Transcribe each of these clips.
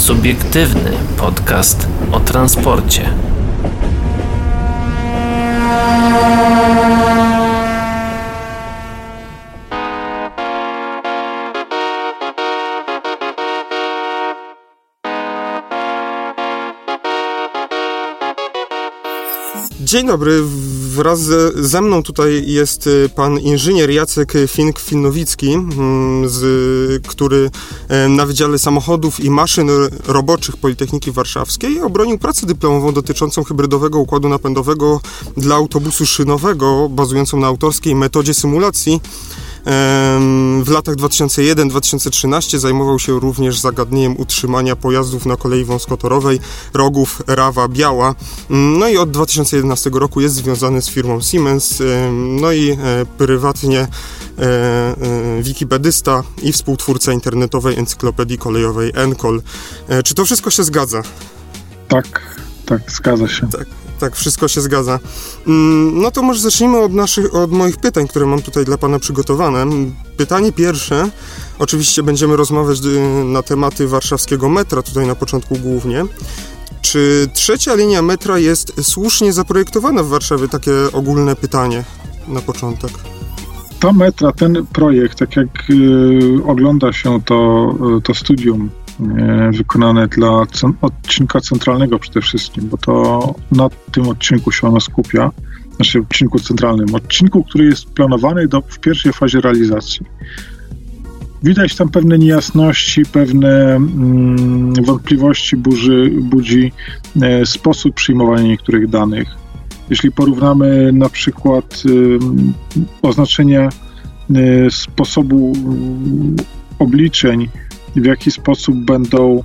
Subiektywny podcast o transporcie. Dzień dobry, wraz ze mną tutaj jest pan inżynier Jacek Fink-Filnowicki, który na Wydziale Samochodów i Maszyn Roboczych Politechniki Warszawskiej obronił pracę dyplomową dotyczącą hybrydowego układu napędowego dla autobusu szynowego, bazującą na autorskiej metodzie symulacji. W latach 2001-2013 zajmował się również zagadnieniem utrzymania pojazdów na kolei wąskotorowej Rogów, Rawa, Biała. No i od 2011 roku jest związany z firmą Siemens, no i prywatnie wikipedysta i współtwórca internetowej encyklopedii kolejowej Encol. Czy to wszystko się zgadza? Tak, zgadza się. Tak, wszystko się zgadza. No to może zacznijmy od moich pytań, które mam tutaj dla pana przygotowane. Pytanie pierwsze. Oczywiście będziemy rozmawiać na tematy warszawskiego metra, tutaj na początku głównie. Czy trzecia linia metra jest słusznie zaprojektowana w Warszawie? Takie ogólne pytanie na początek. Ta metra, ten projekt, tak jak ogląda się to studium wykonane dla odcinka centralnego przede wszystkim, bo to na tym odcinku się ono skupia, znaczy odcinku centralnym, odcinku, który jest planowany w pierwszej fazie realizacji. Widać tam pewne niejasności, pewne wątpliwości budzi sposób przyjmowania niektórych danych. Jeśli porównamy na przykład oznaczenie sposobu obliczeń, w jaki sposób będą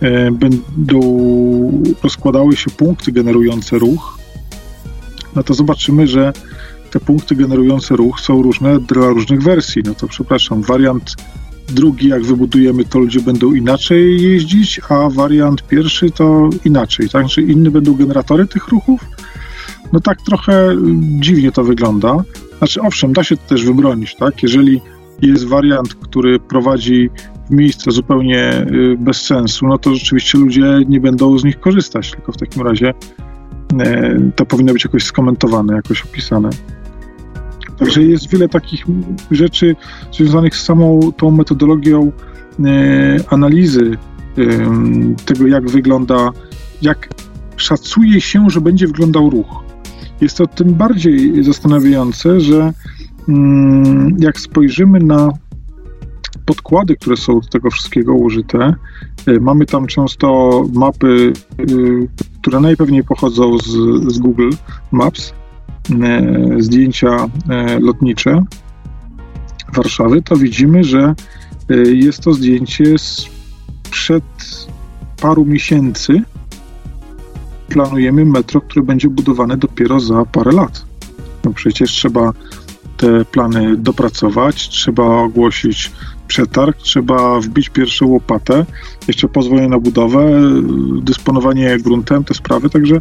rozkładały się punkty generujące ruch, no to zobaczymy, że te punkty generujące ruch są różne dla różnych wersji. No to przepraszam, wariant drugi, jak wybudujemy, to ludzie będą inaczej jeździć, a wariant pierwszy to inaczej, tak? Czy inne będą generatory tych ruchów? No tak trochę dziwnie to wygląda. Znaczy owszem, da się to też wybronić, tak? Jeżeli jest wariant, który prowadzi w miejsce zupełnie bez sensu, no to rzeczywiście ludzie nie będą z nich korzystać, tylko w takim razie to powinno być jakoś skomentowane, jakoś opisane. Także jest wiele takich rzeczy związanych z samą tą metodologią analizy tego, jak wygląda, jak szacuje się, że będzie wyglądał ruch. Jest to tym bardziej zastanawiające, że jak spojrzymy na podkłady, które są do tego wszystkiego użyte, mamy tam często mapy, które najpewniej pochodzą z Google Maps, zdjęcia lotnicze Warszawy, to widzimy, że jest to zdjęcie sprzed paru miesięcy. Planujemy metro, które będzie budowane dopiero za parę lat. No przecież trzeba te plany dopracować, trzeba ogłosić przetarg, trzeba wbić pierwszą łopatę, jeszcze pozwolenie na budowę, dysponowanie gruntem, te sprawy, także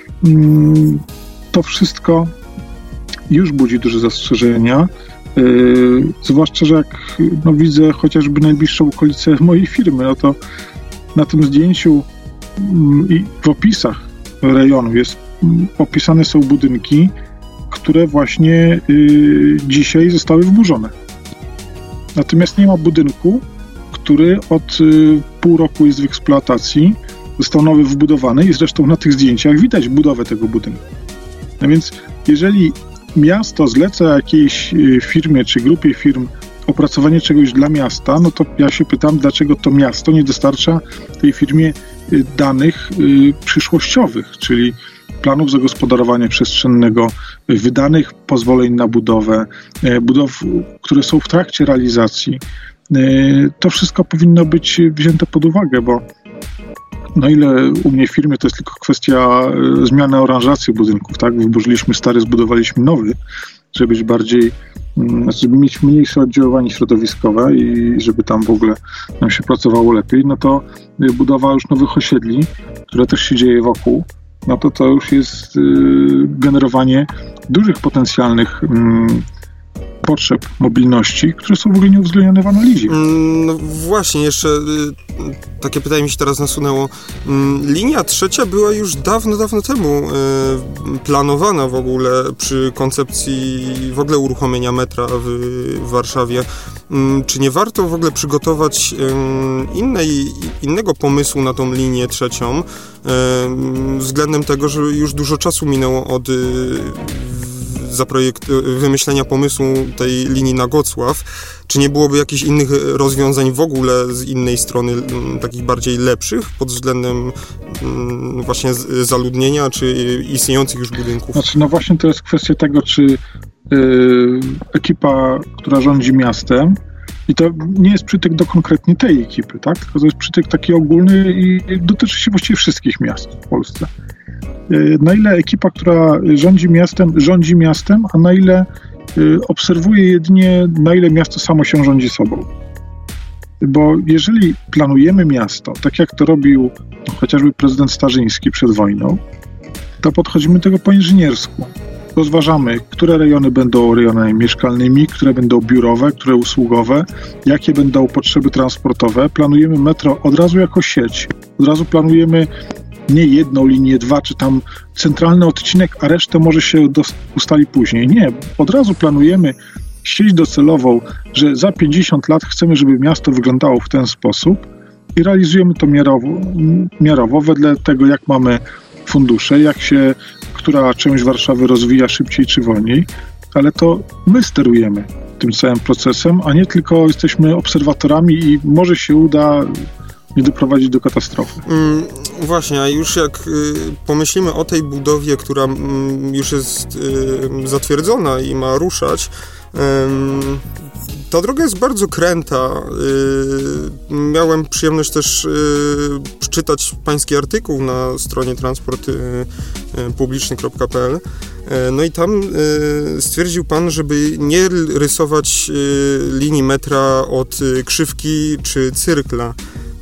to wszystko już budzi duże zastrzeżenia, zwłaszcza, że jak widzę chociażby najbliższą okolicę mojej firmy, no to na tym zdjęciu i w opisach rejonu opisane są budynki, które właśnie dzisiaj zostały wyburzone. Natomiast nie ma budynku, który od pół roku jest w eksploatacji, został nowy wybudowany i zresztą na tych zdjęciach widać budowę tego budynku. No więc jeżeli miasto zleca jakiejś firmie czy grupie firm opracowanie czegoś dla miasta, no to ja się pytam, dlaczego to miasto nie dostarcza tej firmie danych przyszłościowych, czyli planów zagospodarowania przestrzennego, wydanych pozwoleń na budowę, budow, które są w trakcie realizacji. To wszystko powinno być wzięte pod uwagę, bo no ile u mnie w firmie to jest tylko kwestia zmiany aranżacji budynków, tak? Wyburzyliśmy stary, zbudowaliśmy nowy, żeby być bardziej, żeby mieć mniejsze oddziaływanie środowiskowe i żeby tam w ogóle nam się pracowało lepiej, no to budowa już nowych osiedli, które też się dzieje wokół, no to już jest generowanie dużych potencjalnych potrzeb mobilności, które są w ogóle nieuwzględnione w analizie. No właśnie, jeszcze takie pytanie mi się teraz nasunęło. Linia trzecia była już dawno temu planowana w ogóle przy koncepcji w ogóle uruchomienia metra w Warszawie. Czy nie warto w ogóle przygotować innego pomysłu na tą linię trzecią, względem tego, że już dużo czasu minęło od wymyślenia pomysłu tej linii na Gocław? Czy nie byłoby jakichś innych rozwiązań w ogóle z innej strony, takich bardziej lepszych pod względem właśnie zaludnienia, czy istniejących już budynków? Znaczy, no właśnie to jest kwestia tego, czy ekipa, która rządzi miastem, i to nie jest przytyk do konkretnie tej ekipy, tak? Tylko to jest przytyk taki ogólny i dotyczy się właściwie wszystkich miast w Polsce. Na ile ekipa, która rządzi miastem, a na ile obserwuje jedynie, na ile miasto samo się rządzi sobą. Bo jeżeli planujemy miasto, tak jak to robił chociażby prezydent Starzyński przed wojną, to podchodzimy do tego po inżyniersku. Rozważamy, które rejony będą rejonami mieszkalnymi, które będą biurowe, które usługowe, jakie będą potrzeby transportowe. Planujemy metro od razu jako sieć. Od razu planujemy nie jedną linię, dwa, czy tam centralny odcinek, a resztę może się ustali później. Nie, od razu planujemy sieć docelową, że za 50 lat chcemy, żeby miasto wyglądało w ten sposób i realizujemy to miarowo wedle tego, jak mamy fundusze, jak się która część Warszawy rozwija szybciej czy wolniej, ale to my sterujemy tym całym procesem, a nie tylko jesteśmy obserwatorami i może się uda nie doprowadzić do katastrofy. Właśnie, a już jak pomyślimy o tej budowie, która już jest zatwierdzona i ma ruszać, ta droga jest bardzo kręta. Miałem przyjemność też przeczytać pański artykuł na stronie transportpubliczny.pl. No i tam stwierdził pan, żeby nie rysować linii metra od Krzywki czy Cyrkla.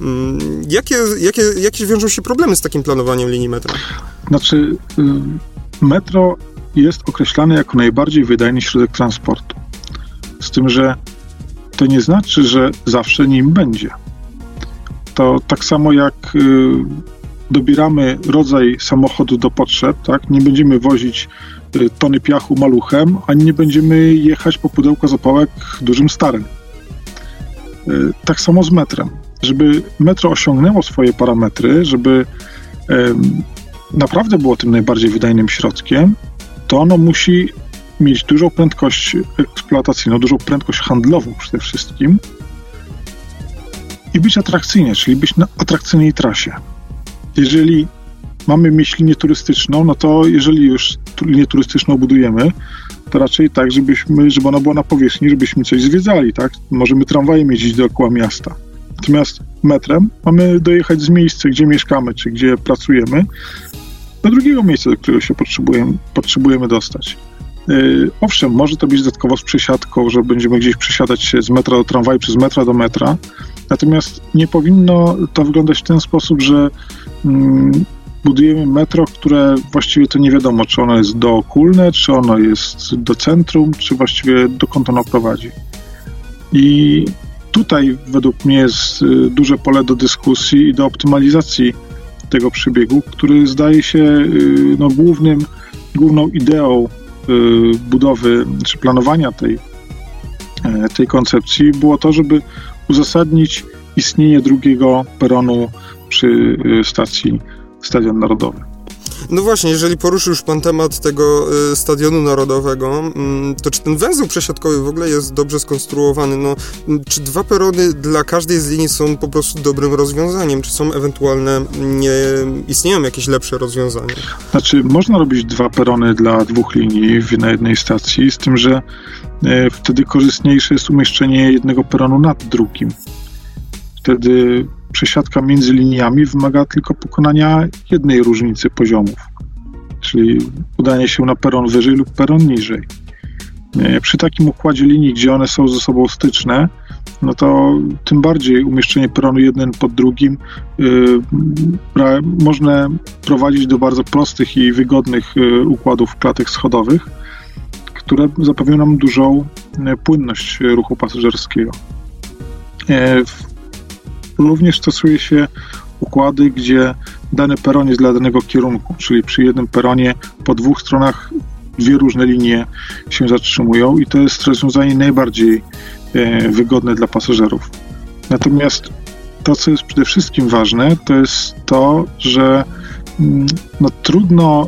Jakie wiążą się problemy z takim planowaniem linii metra? Znaczy, metro jest określane jako najbardziej wydajny środek transportu. Z tym, że to nie znaczy, że zawsze nim będzie. To tak samo jak dobieramy rodzaj samochodu do potrzeb, tak? Nie będziemy wozić tony piachu maluchem, ani nie będziemy jechać po pudełko zapałek dużym starym. Tak samo z metrem. Żeby metro osiągnęło swoje parametry, żeby naprawdę było tym najbardziej wydajnym środkiem, to ono musi mieć dużą prędkość eksploatacyjną, dużą prędkość handlową przede wszystkim i być atrakcyjnie, czyli być na atrakcyjnej trasie. Jeżeli mamy mieć linię turystyczną, no to jeżeli już linię turystyczną budujemy, to raczej tak, żeby ona była na powierzchni, żebyśmy coś zwiedzali, tak? Możemy tramwajem jeździć dookoła miasta. Natomiast metrem mamy dojechać z miejsca, gdzie mieszkamy, czy gdzie pracujemy, do drugiego miejsca, do którego się potrzebujemy dostać. Owszem, może to być dodatkowo z przesiadką, że będziemy gdzieś przesiadać się z metra do tramwaju, czy z metra do metra. Natomiast nie powinno to wyglądać w ten sposób, że budujemy metro, które właściwie to nie wiadomo, czy ono jest dookólne, czy ono jest do centrum, czy właściwie dokąd ono prowadzi. I tutaj według mnie jest duże pole do dyskusji i do optymalizacji tego przebiegu, który zdaje się główną ideą budowy czy planowania tej koncepcji było to, żeby uzasadnić istnienie drugiego peronu przy stacji Stadion Narodowy. No właśnie, jeżeli poruszył już pan temat tego Stadionu Narodowego, to czy ten węzeł przesiadkowy w ogóle jest dobrze skonstruowany? No, czy dwa perony dla każdej z linii są po prostu dobrym rozwiązaniem? Czy są istnieją jakieś lepsze rozwiązania? Znaczy, można robić dwa perony dla dwóch linii na jednej stacji, z tym, że wtedy korzystniejsze jest umieszczenie jednego peronu nad drugim. Wtedy przesiadka między liniami wymaga tylko pokonania jednej różnicy poziomów, czyli udanie się na peron wyżej lub peron niżej. Przy takim układzie linii, gdzie one są ze sobą styczne, no to tym bardziej umieszczenie peronu jeden pod drugim można prowadzić do bardzo prostych i wygodnych układów klatek schodowych, które zapewnią nam dużą płynność ruchu pasażerskiego. Również stosuje się układy, gdzie dany peron jest dla danego kierunku, czyli przy jednym peronie po dwóch stronach dwie różne linie się zatrzymują i to jest rozwiązanie najbardziej wygodne dla pasażerów. Natomiast to, co jest przede wszystkim ważne, to jest to, że trudno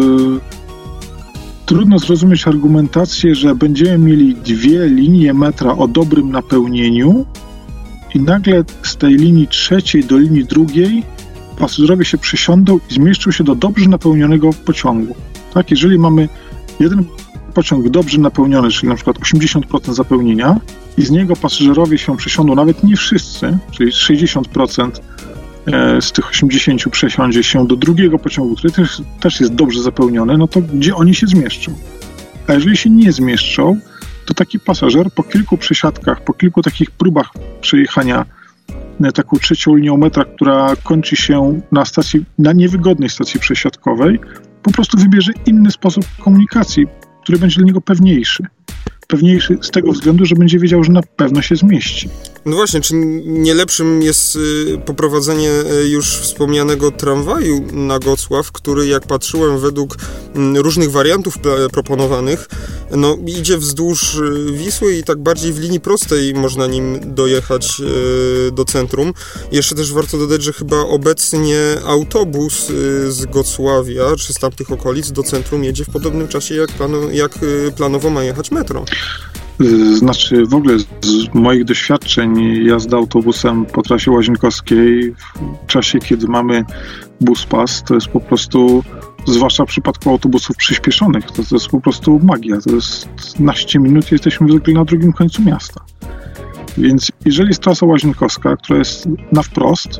zrozumieć argumentację, że będziemy mieli dwie linie metra o dobrym napełnieniu i nagle z tej linii trzeciej do linii drugiej pasażerowie się przesiądą i zmieszczą się do dobrze napełnionego pociągu. Tak, jeżeli mamy jeden pociąg dobrze napełniony, czyli na przykład 80% zapełnienia i z niego pasażerowie się przesiądą, nawet nie wszyscy, czyli 60% z tych 80 przesiądzie się do drugiego pociągu, który też jest dobrze zapełniony, no to gdzie oni się zmieszczą? A jeżeli się nie zmieszczą, to taki pasażer po kilku przesiadkach, po kilku takich próbach przejechania taką trzecią linią metra, która kończy się na niewygodnej stacji przesiadkowej, po prostu wybierze inny sposób komunikacji, który będzie dla niego pewniejszy. Pewniejszy z tego względu, że będzie wiedział, że na pewno się zmieści. No właśnie, czy nie lepszym jest poprowadzenie już wspomnianego tramwaju na Gocław, który, jak patrzyłem według różnych wariantów proponowanych, no idzie wzdłuż Wisły i tak bardziej w linii prostej można nim dojechać do centrum. Jeszcze też warto dodać, że chyba obecnie autobus z Gocławia, czy z tamtych okolic do centrum jedzie w podobnym czasie, jak planowo ma jechać metro. Znaczy w ogóle z moich doświadczeń jazda autobusem po trasie łazienkowskiej w czasie, kiedy mamy BusPass, to jest po prostu, zwłaszcza w przypadku autobusów przyspieszonych, to jest po prostu magia. To jest 15 minut i jesteśmy zwykle na drugim końcu miasta. Więc jeżeli jest trasa łazienkowska, która jest na wprost,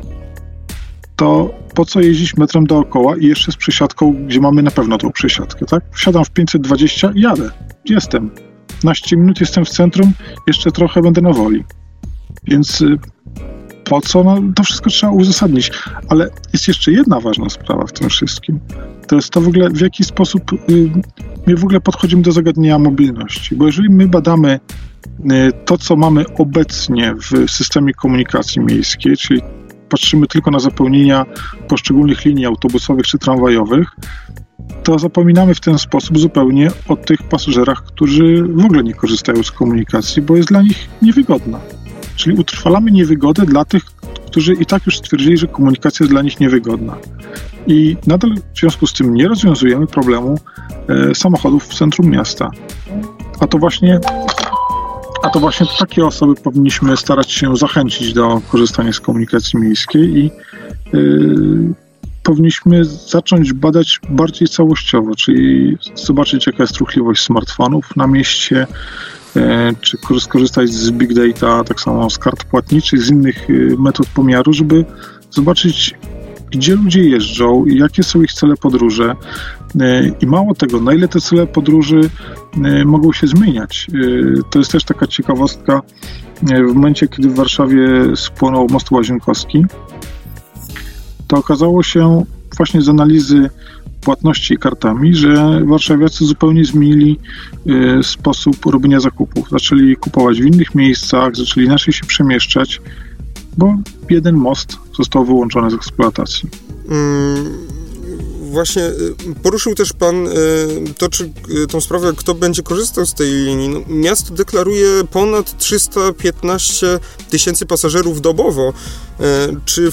to po co jeździć metrem dookoła i jeszcze z przesiadką, gdzie mamy na pewno tą przesiadkę, tak? Wsiadam w 520 i jadę. Jestem. 15 minut jestem w centrum, jeszcze trochę będę na Woli. Więc po co? No, to wszystko trzeba uzasadnić. Ale jest jeszcze jedna ważna sprawa w tym wszystkim. To jest to w ogóle, w jaki sposób my w ogóle podchodzimy do zagadnienia mobilności. Bo jeżeli my badamy to, co mamy obecnie w systemie komunikacji miejskiej, czyli patrzymy tylko na zapełnienia poszczególnych linii autobusowych czy tramwajowych, to zapominamy w ten sposób zupełnie o tych pasażerach, którzy w ogóle nie korzystają z komunikacji, bo jest dla nich niewygodna. Czyli utrwalamy niewygodę dla tych, którzy i tak już stwierdzili, że komunikacja jest dla nich niewygodna. I nadal w związku z tym nie rozwiązujemy problemu samochodów w centrum miasta. A to właśnie takie osoby powinniśmy starać się zachęcić do korzystania z komunikacji miejskiej i powinniśmy zacząć badać bardziej całościowo, czyli zobaczyć, jaka jest ruchliwość smartfonów na mieście, czy skorzystać z big data, tak samo z kart płatniczych, z innych metod pomiaru, żeby zobaczyć, gdzie ludzie jeżdżą i jakie są ich cele podróży. I mało tego, na ile te cele podróży mogą się zmieniać. To jest też taka ciekawostka. W momencie, kiedy w Warszawie spłonął most łazienkowski, to okazało się właśnie z analizy płatności kartami, że warszawiacy zupełnie zmienili sposób robienia zakupów. Zaczęli kupować w innych miejscach, zaczęli inaczej się przemieszczać, bo jeden most został wyłączony z eksploatacji. Właśnie poruszył też Pan tą sprawę, kto będzie korzystał z tej linii. No, miasto deklaruje ponad 315 tysięcy pasażerów dobowo. Czy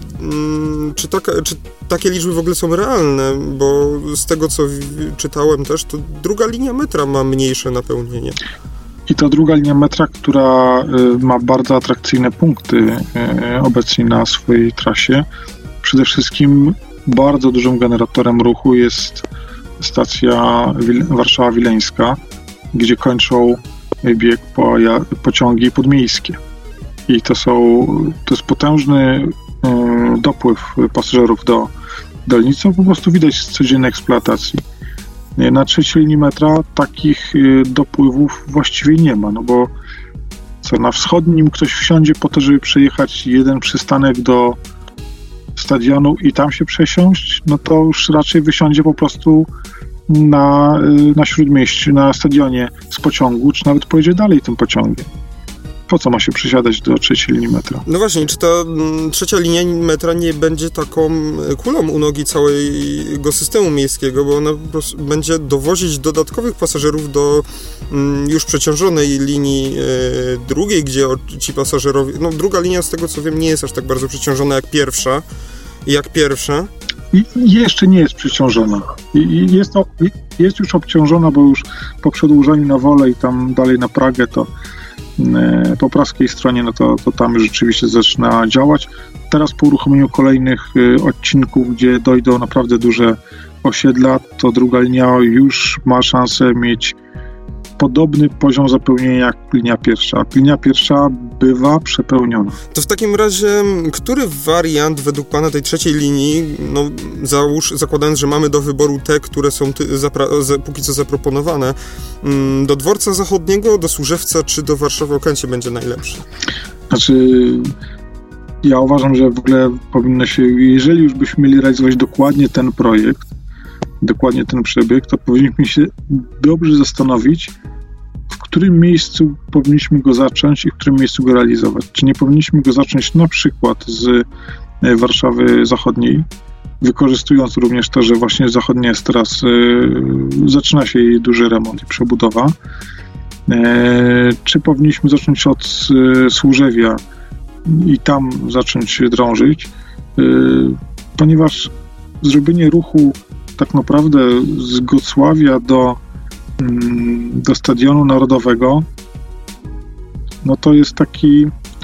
takie liczby w ogóle są realne? Bo z tego, co czytałem też, to druga linia metra ma mniejsze napełnienie. I to druga linia metra, która ma bardzo atrakcyjne punkty obecnie na swojej trasie. Przede wszystkim bardzo dużym generatorem ruchu jest stacja Warszawa Wileńska, gdzie kończą bieg pociągi podmiejskie. I to jest potężny dopływ pasażerów do Dolnicy, po prostu widać z codziennej eksploatacji. Na trzeciej linii metra takich dopływów właściwie nie ma, no bo na wschodnim ktoś wsiądzie po to, żeby przejechać jeden przystanek do stadionu i tam się przesiąść, no to już raczej wysiądzie po prostu na Śródmieściu, na stadionie z pociągu, czy nawet pojedzie dalej tym pociągiem. Po co ma się przysiadać do trzeciej linii metra? No właśnie, czy ta trzecia linia metra nie będzie taką kulą u nogi całego systemu miejskiego, bo ona po prostu będzie dowozić dodatkowych pasażerów do już przeciążonej linii drugiej, gdzie ci pasażerowie... No druga linia, z tego co wiem, nie jest aż tak bardzo przeciążona jak pierwsza. I jeszcze nie jest przeciążona. Jest już obciążona, bo już po przedłużeniu na Wolę i tam dalej na Pragę, to po praskiej stronie, no to tam już rzeczywiście zaczyna działać. Teraz po uruchomieniu kolejnych odcinków, gdzie dojdą naprawdę duże osiedla, to druga linia już ma szansę mieć podobny poziom zapełnienia jak linia pierwsza. Linia pierwsza bywa przepełniona. To w takim razie, który wariant według Pana tej trzeciej linii, no zakładając, że mamy do wyboru te, które są póki co zaproponowane, do Dworca Zachodniego, do Służewca czy do Warszawy Okęcie będzie najlepszy? Znaczy, ja uważam, że w ogóle powinno się, jeżeli już byśmy mieli realizować dokładnie ten projekt, dokładnie ten przebieg, to powinniśmy się dobrze zastanowić, w którym miejscu powinniśmy go zacząć i w którym miejscu go realizować. Czy nie powinniśmy go zacząć na przykład z Warszawy Zachodniej, wykorzystując również to, że właśnie zachodnia jest teraz, zaczyna się jej duży remont i przebudowa. Czy powinniśmy zacząć od Służewia i tam zacząć drążyć, ponieważ zrobienie ruchu tak naprawdę z Gocławia do Stadionu Narodowego, no to jest taki,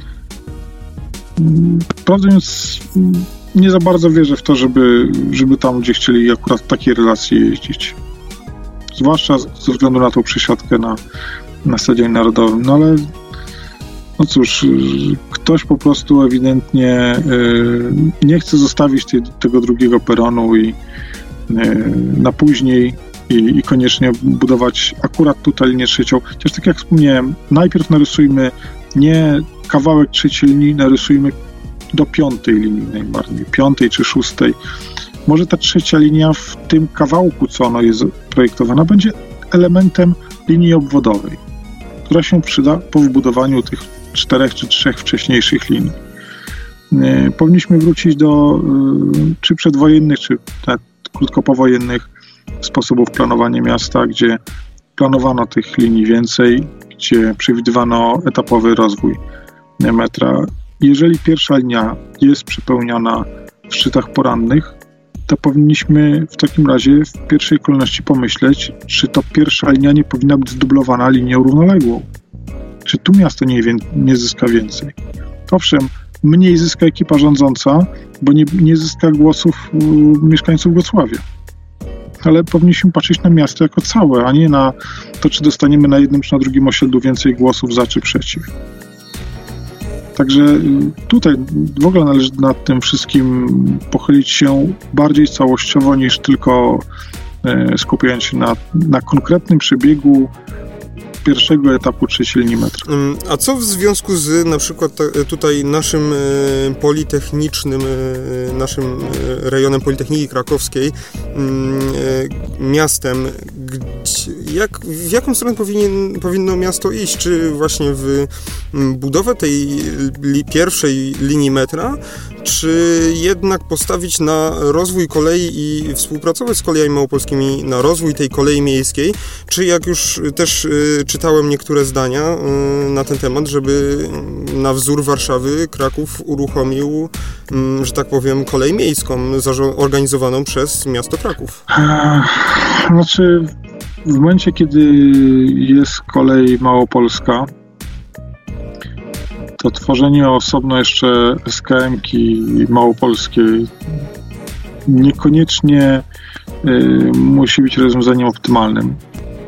prawdę mówiąc, nie za bardzo wierzę w to, żeby tam, gdzie chcieli akurat w takiej relacji jeździć. Zwłaszcza ze względu na tą przesiadkę na Stadionie Narodowym. No ale no cóż, ktoś po prostu ewidentnie nie chce zostawić tego drugiego peronu i na później i koniecznie budować akurat tutaj linię trzecią. Chociaż tak jak wspomniałem, najpierw narysujmy nie kawałek trzeciej linii, narysujmy do piątej linii najbardziej, piątej czy szóstej. Może ta trzecia linia w tym kawałku, co ona jest projektowana, będzie elementem linii obwodowej, która się przyda po wybudowaniu tych 4 czy 3 wcześniejszych linii. Powinniśmy wrócić do czy przedwojennych, czy krótko powojennych sposobów planowania miasta, gdzie planowano tych linii więcej, gdzie przewidywano etapowy rozwój metra. Jeżeli pierwsza linia jest przepełniona w szczytach porannych, to powinniśmy w takim razie w pierwszej kolejności pomyśleć, czy to pierwsza linia nie powinna być zdublowana linią równoległą. Czy tu miasto nie zyska więcej? Owszem, mniej zyska ekipa rządząca, bo nie zyska głosów mieszkańców Wrocławia. Ale powinniśmy patrzeć na miasto jako całe, a nie na to, czy dostaniemy na jednym czy na drugim osiedlu więcej głosów za czy przeciw. Także tutaj w ogóle należy nad tym wszystkim pochylić się bardziej całościowo niż tylko skupiając się na konkretnym przebiegu pierwszego etapu trzeciej linii metra. A co w związku z na przykład tutaj naszym politechnicznym, naszym rejonem Politechniki Krakowskiej, miastem, w jaką stronę powinno miasto iść? Czy właśnie w budowę tej pierwszej linii metra, czy jednak postawić na rozwój kolei i współpracować z Kolejami Małopolskimi na rozwój tej kolei miejskiej, czy jak już też czytałem niektóre zdania na ten temat, żeby na wzór Warszawy Kraków uruchomił, że tak powiem, kolej miejską organizowaną przez miasto Kraków. Znaczy, w momencie, kiedy jest kolej małopolska, to tworzenie osobno jeszcze SKM-ki małopolskiej niekoniecznie musi być rozwiązaniem optymalnym.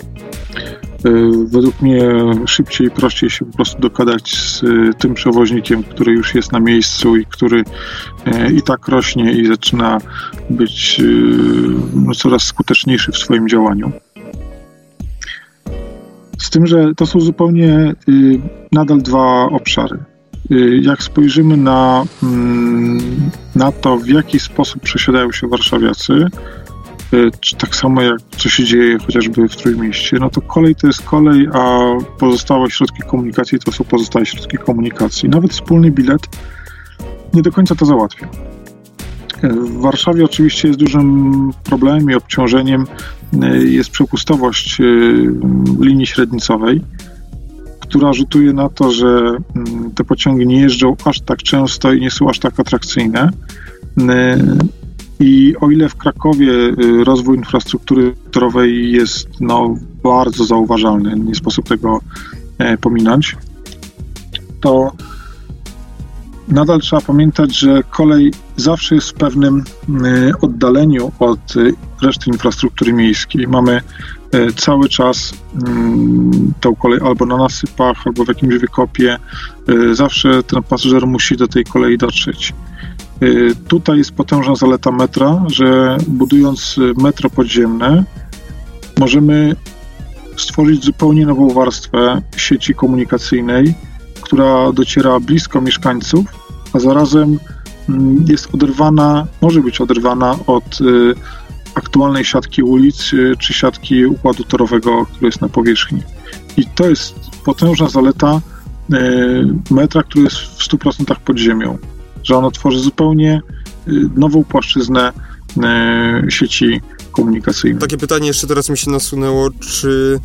Według mnie szybciej i prościej się po prostu dogadać z tym przewoźnikiem, który już jest na miejscu i który i tak rośnie i zaczyna być coraz skuteczniejszy w swoim działaniu. Z tym, że to są zupełnie nadal dwa obszary. Jak spojrzymy na to, w jaki sposób przesiadają się warszawiacy, czy tak samo jak co się dzieje chociażby w Trójmieście, no to kolej to jest kolej, a pozostałe środki komunikacji to są pozostałe środki komunikacji. Nawet wspólny bilet nie do końca to załatwia. W Warszawie oczywiście jest dużym problemem i obciążeniem jest przepustowość linii średnicowej, która rzutuje na to, że te pociągi nie jeżdżą aż tak często i nie są aż tak atrakcyjne. I o ile w Krakowie rozwój infrastruktury torowej jest bardzo zauważalny, nie sposób tego pominąć, to nadal trzeba pamiętać, że kolej zawsze jest w pewnym oddaleniu od reszty infrastruktury miejskiej. Mamy cały czas tą kolej albo na nasypach, albo w jakimś wykopie. Zawsze ten pasażer musi do tej kolei dotrzeć. Tutaj jest potężna zaleta metra, że budując metro podziemne możemy stworzyć zupełnie nową warstwę sieci komunikacyjnej, która dociera blisko mieszkańców, a zarazem jest oderwana, może być oderwana od aktualnej siatki ulic czy siatki układu torowego, który jest na powierzchni. I to jest potężna zaleta metra, który jest w 100% pod ziemią, że ono tworzy zupełnie nową płaszczyznę sieci komunikacyjnej. Takie pytanie jeszcze teraz mi się nasunęło, czy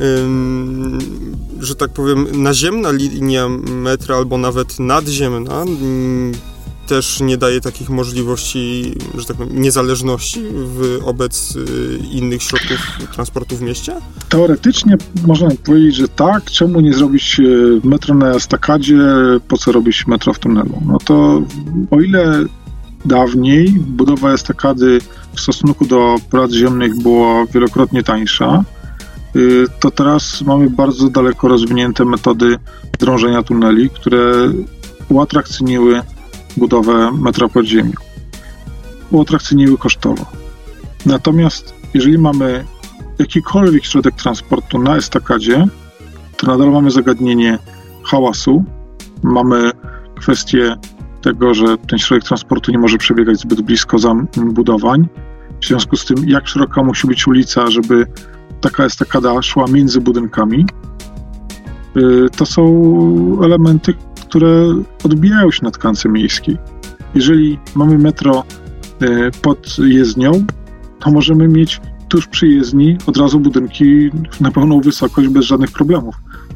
że tak powiem naziemna linia metra albo nawet nadziemna też nie daje takich możliwości, że tak powiem, niezależności wobec innych środków transportu w mieście? Teoretycznie można powiedzieć, że tak. Czemu nie zrobić metro na estakadzie? Po co robić metro w tunelu? No to o ile dawniej budowa estakady w stosunku do prac ziemnych była wielokrotnie tańsza, to teraz mamy bardzo daleko rozwinięte metody drążenia tuneli, które uatrakcyjniły budowę metra pod ziemią. Uatrakcyjniły kosztowo. Natomiast jeżeli mamy jakikolwiek środek transportu na estakadzie, to nadal mamy zagadnienie hałasu, mamy kwestię tego, że ten środek transportu nie może przebiegać zbyt blisko budowań. W związku z tym, jak szeroka musi być ulica, żeby taka estakada szła między budynkami, to są elementy, które odbijają się na tkance miejskiej. Jeżeli mamy metro pod jezdnią, to możemy mieć tuż przy jezdni od razu budynki na pełną wysokość bez żadnych problemów.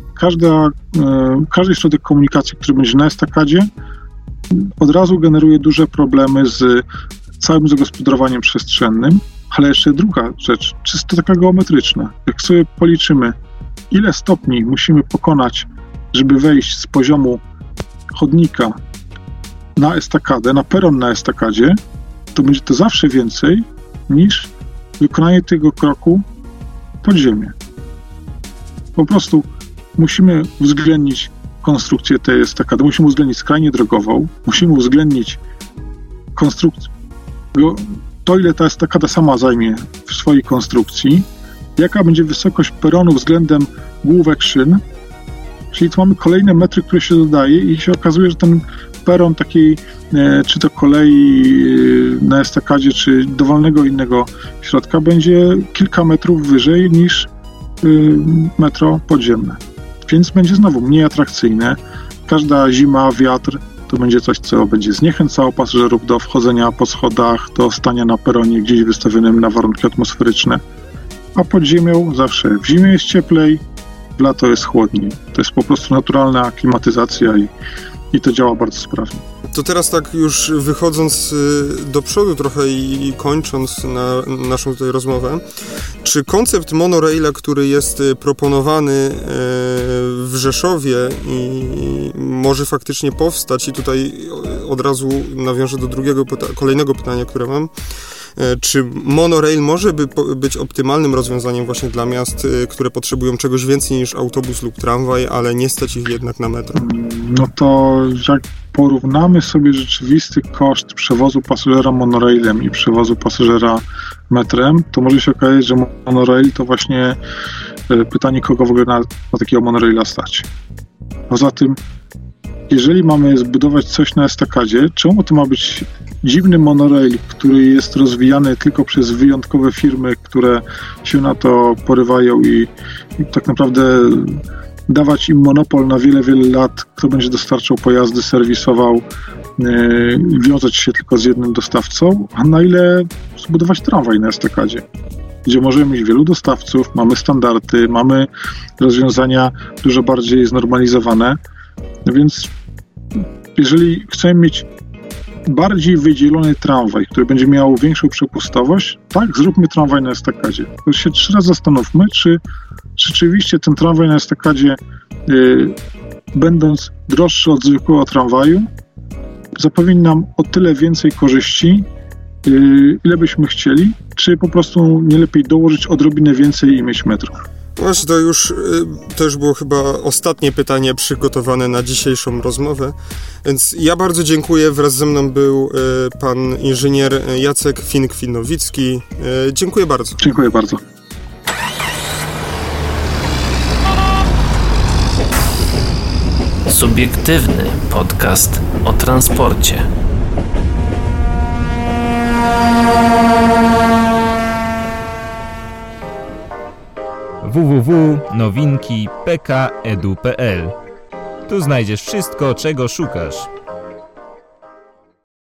Każdy środek komunikacji, który będzie na estakadzie, od razu generuje duże problemy z całym zagospodarowaniem przestrzennym, ale jeszcze druga rzecz, czysto taka geometryczna. Jak sobie policzymy, ile stopni musimy pokonać, żeby wejść z poziomu chodnika na estakadę, na peron na estakadzie, to będzie to zawsze więcej niż wykonanie tego kroku pod ziemię. Po prostu musimy uwzględnić konstrukcję tej estakady, musimy uwzględnić skrajnię drogową, musimy uwzględnić konstrukcję, to ile ta estakada sama zajmie w swojej konstrukcji, jaka będzie wysokość peronu względem główek szyn, czyli tu mamy kolejne metry, które się dodaje i się okazuje, że ten peron takiej, czy to kolei na estakadzie, czy dowolnego innego środka będzie kilka metrów wyżej niż metro podziemne. Więc będzie znowu mniej atrakcyjne. Każda zima, wiatr to będzie coś, co będzie zniechęcało pasażerów do wchodzenia po schodach, do stania na peronie gdzieś wystawionym na warunki atmosferyczne. A pod ziemią zawsze w zimie jest cieplej, w lato jest chłodniej. To jest po prostu naturalna klimatyzacja i to działa bardzo sprawnie. To teraz tak już wychodząc do przodu trochę i kończąc naszą tutaj rozmowę, czy koncept monoraila, który jest proponowany w Rzeszowie i może faktycznie powstać, i tutaj od razu nawiążę do kolejnego pytania, które mam, czy monorail może być optymalnym rozwiązaniem właśnie dla miast, które potrzebują czegoś więcej niż autobus lub tramwaj, ale nie stać ich jednak na metro? No to jak porównamy sobie rzeczywisty koszt przewozu pasażera monorailem i przewozu pasażera metrem, to może się okazać, że monorail to właśnie pytanie, kogo w ogóle na takiego monoraila stać. Poza tym, jeżeli mamy zbudować coś na estakadzie, czemu to ma być dziwny monorail, który jest rozwijany tylko przez wyjątkowe firmy, które się na to porywają i tak naprawdę dawać im monopol na wiele, wiele lat, kto będzie dostarczał pojazdy, serwisował, wiązać się tylko z jednym dostawcą, a na ile zbudować tramwaj na estakadzie, gdzie możemy mieć wielu dostawców, mamy standardy, mamy rozwiązania dużo bardziej znormalizowane, więc jeżeli chcemy mieć bardziej wydzielony tramwaj, który będzie miał większą przepustowość, tak, zróbmy tramwaj na estakadzie. To się 3 razy zastanówmy, czy rzeczywiście ten tramwaj na estakadzie, będąc droższy od zwykłego tramwaju, zapewni nam o tyle więcej korzyści, ile byśmy chcieli, czy po prostu nie lepiej dołożyć odrobinę więcej i mieć metro. Właśnie, to już było chyba ostatnie pytanie przygotowane na dzisiejszą rozmowę, więc ja bardzo dziękuję. Wraz ze mną był pan inżynier Jacek Fink-Finowicki. Dziękuję bardzo. Dziękuję bardzo. Subiektywny podcast o transporcie. www.nowinki.pk.edu.pl. Tu znajdziesz wszystko, czego szukasz.